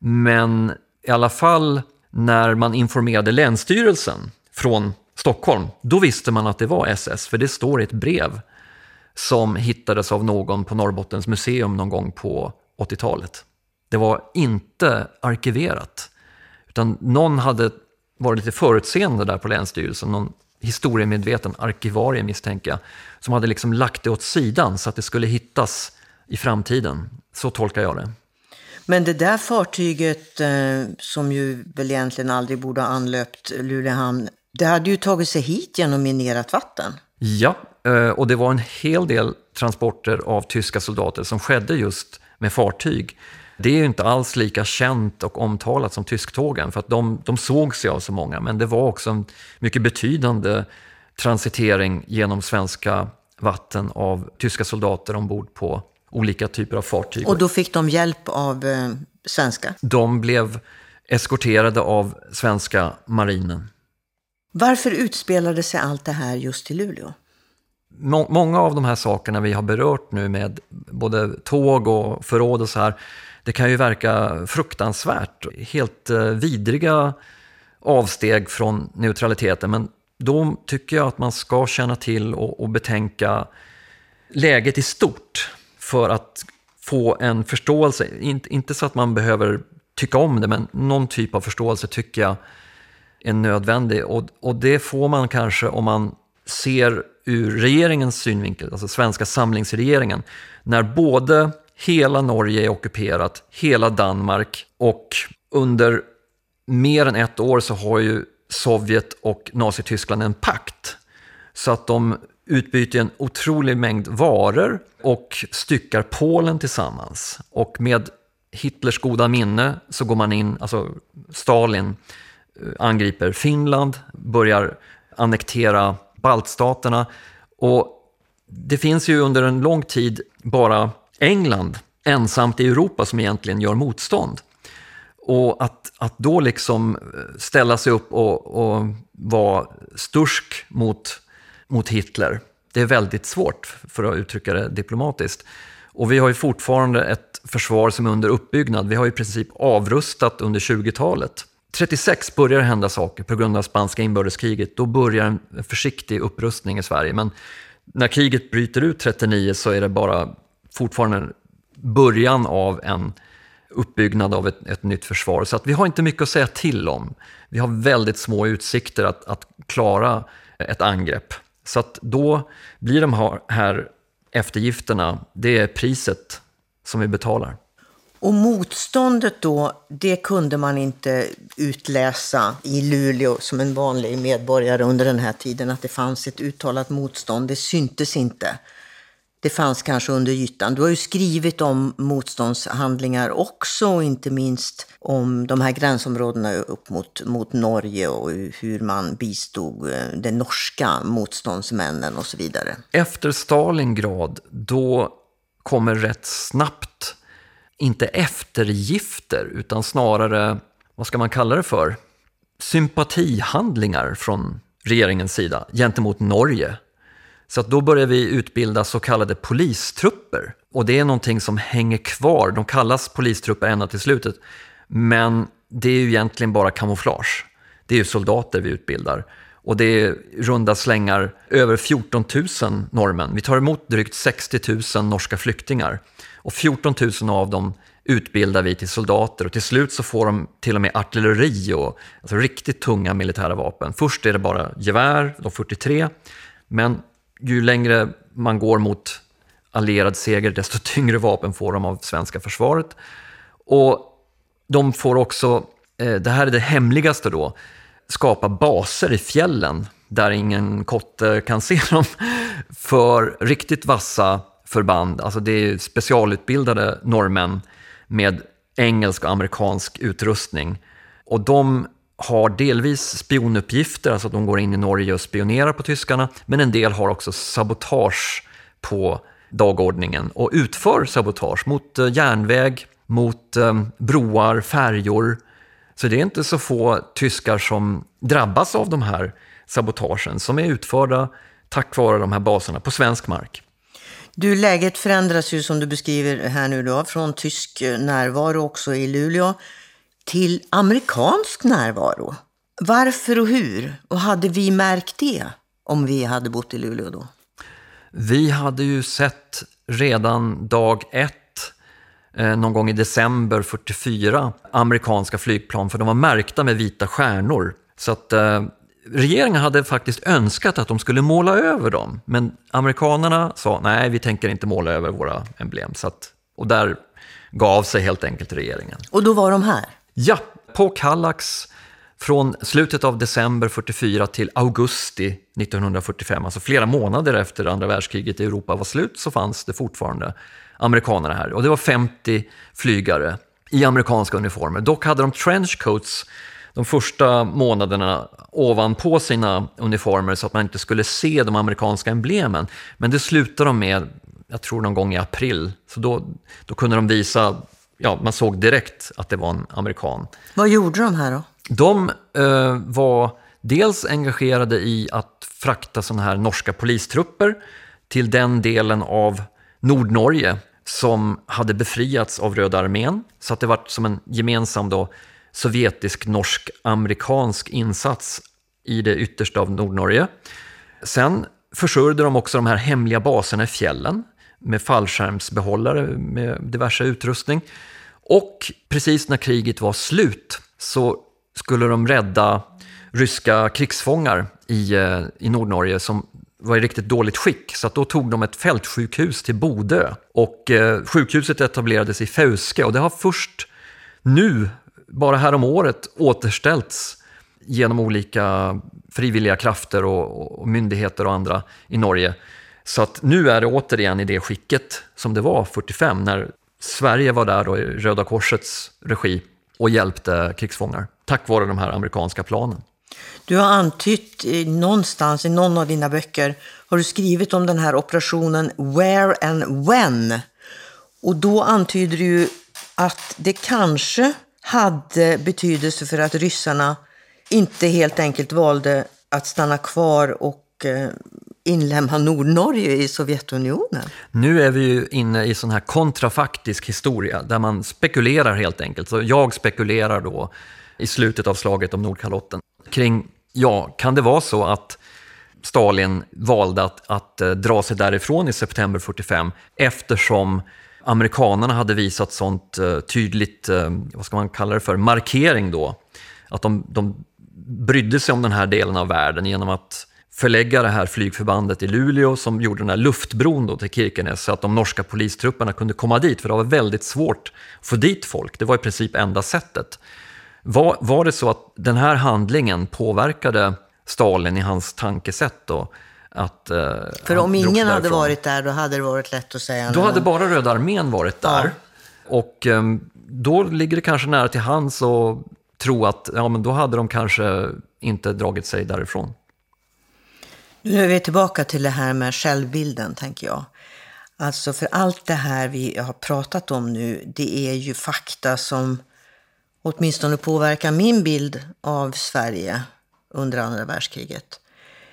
Speaker 2: Men i alla fall när man informerade länsstyrelsen från Stockholm, då visste man att det var S S, för det står i ett brev som hittades av någon på Norrbottens museum någon gång på åttiotalet. Det var inte arkiverat, utan någon hade varit lite förutseende där på länsstyrelsen, någon historiemedveten arkivarie misstänker jag, som hade liksom lagt det åt sidan så att det skulle hittas i framtiden. Så tolkar jag det.
Speaker 1: Men det där fartyget eh, som ju väl egentligen aldrig borde ha anlöpt Luleå hamn, det hade ju tagit sig hit genom minerat vatten.
Speaker 2: Ja, och det var en hel del transporter av tyska soldater som skedde just med fartyg. Det är ju inte alls lika känt och omtalat som tysktågen, för att de, de sågs ju av så många. Men det var också en mycket betydande transitering genom svenska vatten av tyska soldater ombord på olika typer av fartyg.
Speaker 1: Och då fick de hjälp av eh, svenska?
Speaker 2: De blev eskorterade av svenska marinen.
Speaker 1: Varför utspelade sig allt det här just i Luleå?
Speaker 2: Må- många av de här sakerna vi har berört nu med både tåg och förråd och så här, det kan ju verka fruktansvärt, helt eh, vidriga avsteg från neutraliteten, men då tycker jag att man ska känna till och, och betänka läget i stort för att få en förståelse, inte, inte så att man behöver tycka om det, men någon typ av förståelse tycker jag är nödvändig, och, och det får man kanske om man ser ur regeringens synvinkel, alltså svenska samlingsregeringen, när både hela Norge är ockuperat, hela Danmark, och under mer än ett år så har ju Sovjet och Nazityskland en pakt, så att de utbyter en otrolig mängd varor och styckar Polen tillsammans. Och med Hitlers goda minne så går man in, alltså Stalin angriper Finland, börjar annektera baltstaterna, och det finns ju under en lång tid bara England ensamt i Europa som egentligen gör motstånd. Och att, att då liksom ställa sig upp och, och vara stursk mot, mot Hitler, det är väldigt svårt, för att uttrycka det diplomatiskt. Och vi har ju fortfarande ett försvar som är under uppbyggnad. Vi har i princip avrustat under tjugotalet. trettiosex börjar hända saker på grund av spanska inbördeskriget. Då börjar en försiktig upprustning i Sverige. Men när kriget bryter ut trettionio så är det bara fortfarande början av en uppbyggnad av ett, ett nytt försvar. Så att vi har inte mycket att säga till om. Vi har väldigt små utsikter att, att klara ett angrepp. Så att då blir de här, här eftergifterna, det är priset som vi betalar.
Speaker 1: Och motståndet då, det kunde man inte utläsa i Luleå som en vanlig medborgare under den här tiden, att det fanns ett uttalat motstånd. Det syntes inte. Det fanns kanske under ytan. Du har ju skrivit om motståndshandlingar också, inte minst om de här gränsområdena upp mot, mot Norge och hur man bistod de norska motståndsmännen och så vidare.
Speaker 2: Efter Stalingrad, då kommer rätt snabbt, inte eftergifter utan snarare, vad ska man kalla det för, sympatihandlingar från regeringens sida gentemot Norge. Så att då börjar vi utbilda så kallade polistrupper. Och det är någonting som hänger kvar. De kallas polistrupper ända till slutet. Men det är ju egentligen bara kamouflage. Det är ju soldater vi utbildar. Och det är runda slängar över fjorton tusen norrmän. Vi tar emot drygt sextio tusen norska flyktingar. Och fjorton tusen av dem utbildar vi till soldater. Och till slut så får de till och med artilleri och alltså riktigt tunga militära vapen. Först är det bara gevär, de fyrtiotre. Men ju längre man går mot allierad seger, desto tyngre vapen får de av svenska försvaret. Och de får också, det här är det hemligaste då, skapa baser i fjällen där ingen kotte kan se dem, för riktigt vassa förband. Alltså det är specialutbildade norrmän med engelsk och amerikansk utrustning. Och de har delvis spionuppgifter, alltså att de går in i Norge och spionerar på tyskarna, men en del har också sabotage på dagordningen och utför sabotage mot järnväg, mot eh, broar, färjor. Så det är inte så få tyskar som drabbas av de här sabotagen som är utförda tack vare de här baserna på svensk mark.
Speaker 1: Du, läget förändras ju som du beskriver här nu då, från tysk närvaro också i Luleå till amerikansk närvaro. Varför och hur? Och hade vi märkt det om vi hade bott i Luleå då?
Speaker 2: Vi hade ju sett redan dag ett, eh, någon gång i december fyrtiofyra, amerikanska flygplan, för de var märkta med vita stjärnor. Så att eh, regeringen hade faktiskt önskat att de skulle måla över dem. Men amerikanerna sa, nej, vi tänker inte måla över våra emblem. Så att, och där gav sig helt enkelt regeringen.
Speaker 1: Och då var de här?
Speaker 2: Ja, på Kallax från slutet av december fyrtiofyra till augusti nittonhundrafyrtiofem, alltså flera månader efter andra världskriget i Europa var slut, så fanns det fortfarande amerikaner här. Och det var femtio flygare i amerikanska uniformer. Dock hade de trenchcoats de första månaderna ovanpå sina uniformer så att man inte skulle se de amerikanska emblemen. Men det slutade de med, jag tror någon gång i april. Så då, då kunde de visa, ja, man såg direkt att det var en amerikan.
Speaker 1: Vad gjorde de här då?
Speaker 2: De eh, var dels engagerade i att frakta sådana här norska polistrupper till den delen av Nordnorge som hade befriats av Röda armén. Så att det var som en gemensam då sovjetisk-norsk-amerikansk insats i det yttersta av Nordnorge. Sen försörjde de också de här hemliga baserna i fjällen med fallskärmsbehållare med diverse utrustning. Och precis när kriget var slut så skulle de rädda ryska krigsfångar i, i Nordnorge som var i riktigt dåligt skick. Så att då tog de ett fältsjukhus till Bodö. Och eh, sjukhuset etablerades i Fauske. Och det har först nu, bara här om året, återställts genom olika frivilliga krafter och, och myndigheter och andra i Norge. Så att nu är det återigen i det skicket som det var fyrtiofem när Sverige var där då i Röda korsets regi och hjälpte krigsfångar tack vare de här amerikanska planen.
Speaker 1: Du har antytt någonstans i någon av dina böcker har du skrivit om den här operationen Where and When. Och då antyder du ju att det kanske hade betydelse för att ryssarna inte helt enkelt valde att stanna kvar och inlämna Nordnorge i Sovjetunionen.
Speaker 2: Nu är vi ju inne i sån här kontrafaktisk historia där man spekulerar helt enkelt. Så jag spekulerar då i slutet av slaget om Nordkalotten kring, ja, kan det vara så att Stalin valde att, att dra sig därifrån i september fyrtiofem eftersom amerikanerna hade visat sånt tydligt, vad ska man kalla det för, markering då. Att de, de brydde sig om den här delen av världen genom att förlägga det här flygförbandet i Luleå som gjorde den här luftbron då till Kirkenes så att de norska polistrupperna kunde komma dit, för det var väldigt svårt att få dit folk. Det var i princip enda sättet. Var, var det så att den här handlingen påverkade Stalin i hans tankesätt då? Att, eh,
Speaker 1: för om ingen hade varit där då hade det varit lätt att säga.
Speaker 2: Då hade bara Röda armén varit där. Ja. Och eh, då ligger det kanske nära till hands att tro att ja, men då hade de kanske inte dragit sig därifrån.
Speaker 1: Nu är vi tillbaka till det här med självbilden, tänker jag. Alltså för allt det här vi har pratat om nu, det är ju fakta som åtminstone påverkar min bild av Sverige under andra världskriget.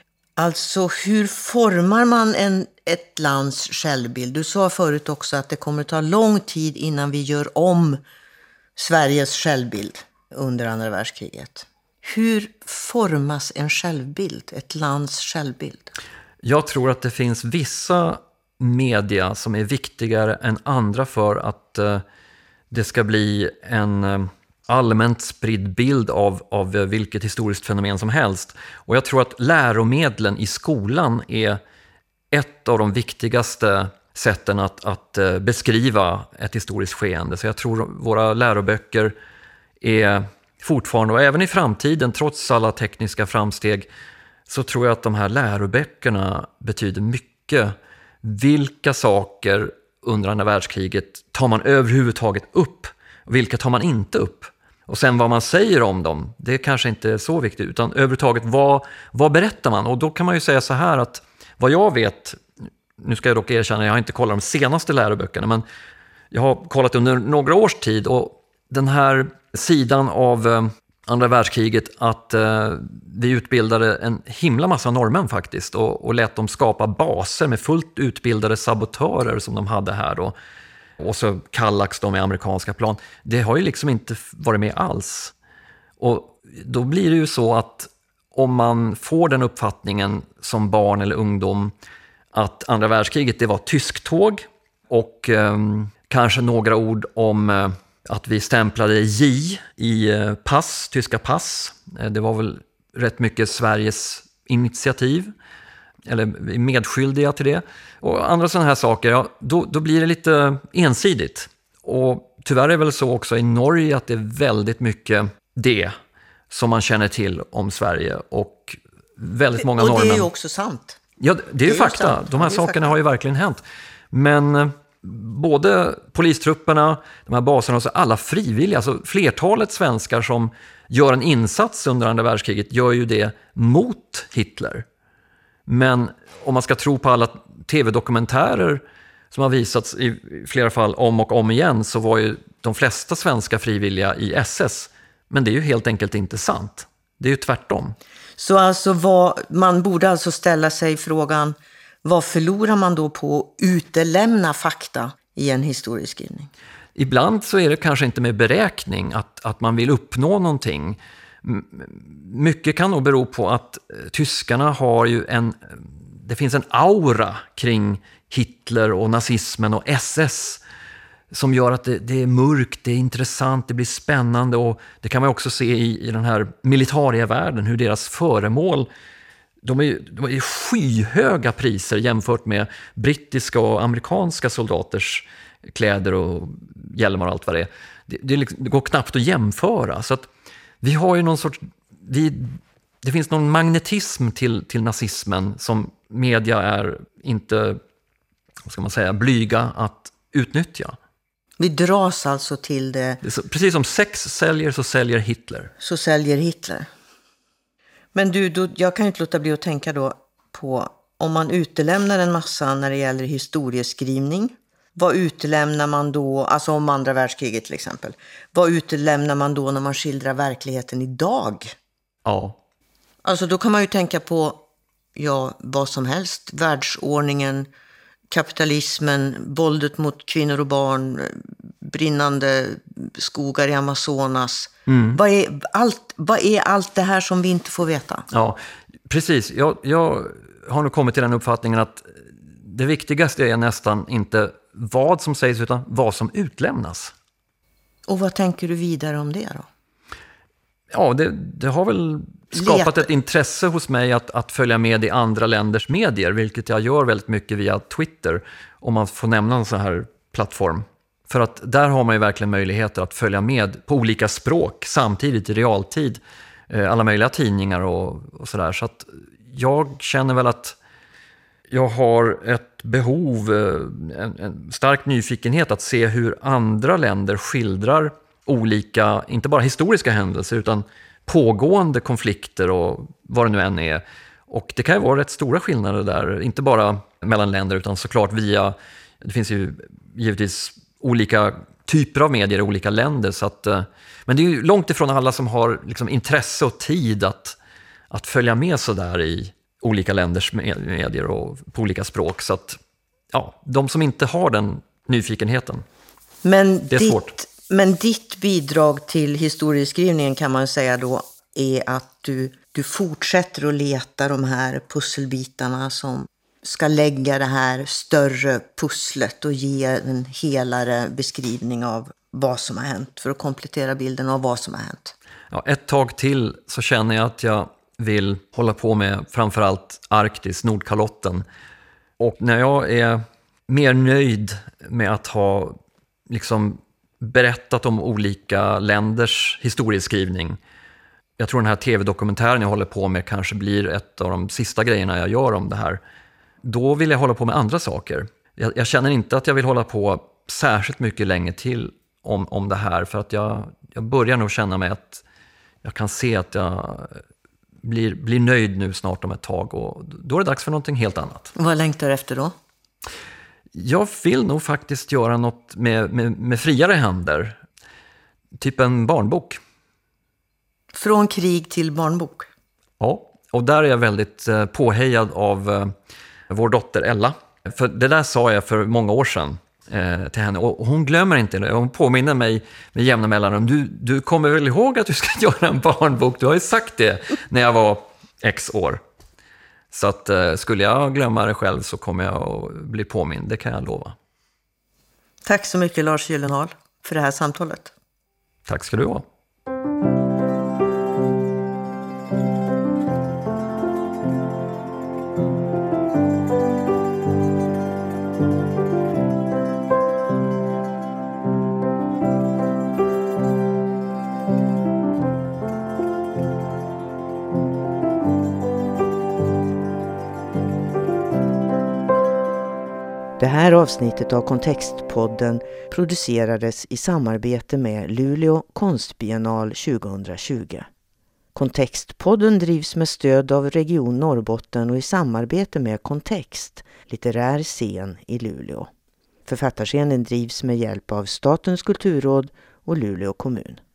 Speaker 1: Alltså hur formar man en, ett lands självbild? Du sa förut också att det kommer ta lång tid innan vi gör om Sveriges självbild under andra världskriget. Hur formas en självbild, ett lands självbild?
Speaker 2: Jag tror att det finns vissa media som är viktigare än andra för att eh, det ska bli en eh, allmänt spridd bild av, av vilket historiskt fenomen som helst. Och jag tror att läromedlen i skolan är ett av de viktigaste sätten att, att eh, beskriva ett historiskt skeende. Så jag tror våra läroböcker är fortfarande, och även i framtiden, trots alla tekniska framsteg, så tror jag att de här läroböckerna betyder mycket. Vilka saker under andra världskriget tar man överhuvudtaget upp? Och vilka tar man inte upp? Och sen vad man säger om dem, det är kanske inte är så viktigt, utan överhuvudtaget vad, vad berättar man? Och då kan man ju säga så här att vad jag vet, nu ska jag dock erkänna, jag har inte kollat de senaste läroböckerna, men jag har kollat under några års tid, och den här sidan av eh, andra världskriget att eh, vi utbildade en himla massa norrmän faktiskt och, och lät dem skapa baser med fullt utbildade sabotörer som de hade här då. Och så Kallax de med amerikanska plan. Det har ju liksom inte varit med alls. Och då blir det ju så att om man får den uppfattningen som barn eller ungdom att andra världskriget det var tysktåg och eh, kanske några ord om eh, att vi stämplade J i pass, tyska pass. Det var väl rätt mycket Sveriges initiativ, eller medskyldiga till det. Och andra sådana här saker, ja, då, då blir det lite ensidigt. Och tyvärr är det väl så också i Norge att det är väldigt mycket det som man känner till om Sverige. Och väldigt många norrmän.
Speaker 1: Och det är ju också sant.
Speaker 2: Ja, det är ju det är fakta. Sant. De här sakerna fakta. Har ju verkligen hänt. Men både polistrupperna, de här baserna och så alla frivilliga, alltså flertalet svenskar som gör en insats under andra världskriget gör ju det mot Hitler. Men om man ska tro på alla tv-dokumentärer som har visats i flera fall om och om igen, så var ju de flesta svenska frivilliga i S S. Men det är ju helt enkelt inte sant. Det är ju tvärtom.
Speaker 1: Så alltså vad, man borde alltså ställa sig frågan, vad förlorar man då på att utelämna fakta i en historieskrivning?
Speaker 2: Ibland så är det kanske inte med beräkning att, att man vill uppnå någonting. Mycket kan nog bero på att tyskarna har ju en, det finns en aura kring Hitler och nazismen och S S som gör att det, det är mörkt, det är intressant, det blir spännande, och det kan man också se i, i den här militärvärlden, hur deras föremål, de är, de är skyhöga priser jämfört med brittiska och amerikanska soldaters kläder och hjälmar och allt vad det är. Det, det, liksom, det går knappt att jämföra, så att vi har ju någon sorts, vi, det finns någon magnetism till, till nazismen som media är inte, vad ska man säga, blyga att utnyttja.
Speaker 1: Vi dras alltså till det.
Speaker 2: det så, precis som sex säljer så säljer Hitler.
Speaker 1: Så säljer Hitler. Men du, då, jag kan ju inte låta bli att tänka då på, om man utelämnar en massa när det gäller historieskrivning, vad utelämnar man då, alltså om andra världskriget till exempel, vad utelämnar man då när man skildrar verkligheten idag?
Speaker 2: Ja.
Speaker 1: Alltså då kan man ju tänka på, ja, vad som helst, världsordningen, kapitalismen, våldet mot kvinnor och barn, brinnande skogar i Amazonas. Mm. Vad är allt, vad är allt det här som vi inte får veta?
Speaker 2: Ja, precis. Jag, jag har nog kommit till den uppfattningen att det viktigaste är nästan inte vad som sägs utan vad som utlämnas.
Speaker 1: Och vad tänker du vidare om det då?
Speaker 2: Ja, det, det har väl skapat Let. ett intresse hos mig att, att följa med i andra länders medier, vilket jag gör väldigt mycket via Twitter, om man får nämna en sån här plattform. För att där har man ju verkligen möjligheter att följa med på olika språk samtidigt i realtid, alla möjliga tidningar och, och sådär. Så att jag känner väl att jag har ett behov, en, en stark nyfikenhet att se hur andra länder skildrar olika, inte bara historiska händelser utan pågående konflikter och vad det nu än är. Och det kan ju vara rätt stora skillnader där, inte bara mellan länder utan såklart via, det finns ju givetvis olika typer av medier i olika länder. Så att, men det är ju långt ifrån alla som har liksom intresse och tid att, att följa med så där i olika länders medier och på olika språk. Så att ja, de som inte har den nyfikenheten,
Speaker 1: men
Speaker 2: det är
Speaker 1: ditt,
Speaker 2: svårt.
Speaker 1: Men ditt bidrag till historieskrivningen kan man säga då är att du, du fortsätter att leta de här pusselbitarna som ska lägga det här större pusslet och ge en helare beskrivning av vad som har hänt för att komplettera bilden av vad som har hänt.
Speaker 2: Ja, ett tag till så känner jag att jag vill hålla på med framförallt Arktis, Nordkalotten. Och när jag är mer nöjd med att ha liksom berättat om olika länders historieskrivning, jag tror den här tv-dokumentären jag håller på med kanske blir ett av de sista grejerna jag gör om det här, då vill jag hålla på med andra saker. Jag, jag känner inte att jag vill hålla på särskilt mycket länge till om, om det här, för att jag, jag börjar nog känna mig att jag kan se att jag blir, blir nöjd nu snart om ett tag, och då är det dags för någonting helt annat.
Speaker 1: Vad längtar du efter då?
Speaker 2: Jag vill nog faktiskt göra något med, med, med friare händer. Typ en barnbok.
Speaker 1: Från krig till barnbok?
Speaker 2: Ja, och där är jag väldigt eh, påhejad av eh, vår dotter Ella. För det där sa jag för många år sedan eh, till henne. Och hon glömmer inte det. Hon påminner mig med jämna mellanrum. Du, du kommer väl ihåg att du ska göra en barnbok? Du har ju sagt det när jag var x år. Så att eh, skulle jag glömma det själv så kommer jag att bli påmind. Det kan jag lova.
Speaker 1: Tack så mycket Lars Gyllenhaal för det här samtalet.
Speaker 2: Tack ska du ha.
Speaker 1: Det här avsnittet av Kontextpodden producerades i samarbete med Luleå konstbiennal tjugohundratjugo. Kontextpodden drivs med stöd av Region Norrbotten och i samarbete med Kontext, litterär scen i Luleå. Författarscenen drivs med hjälp av Statens kulturråd och Luleå kommun.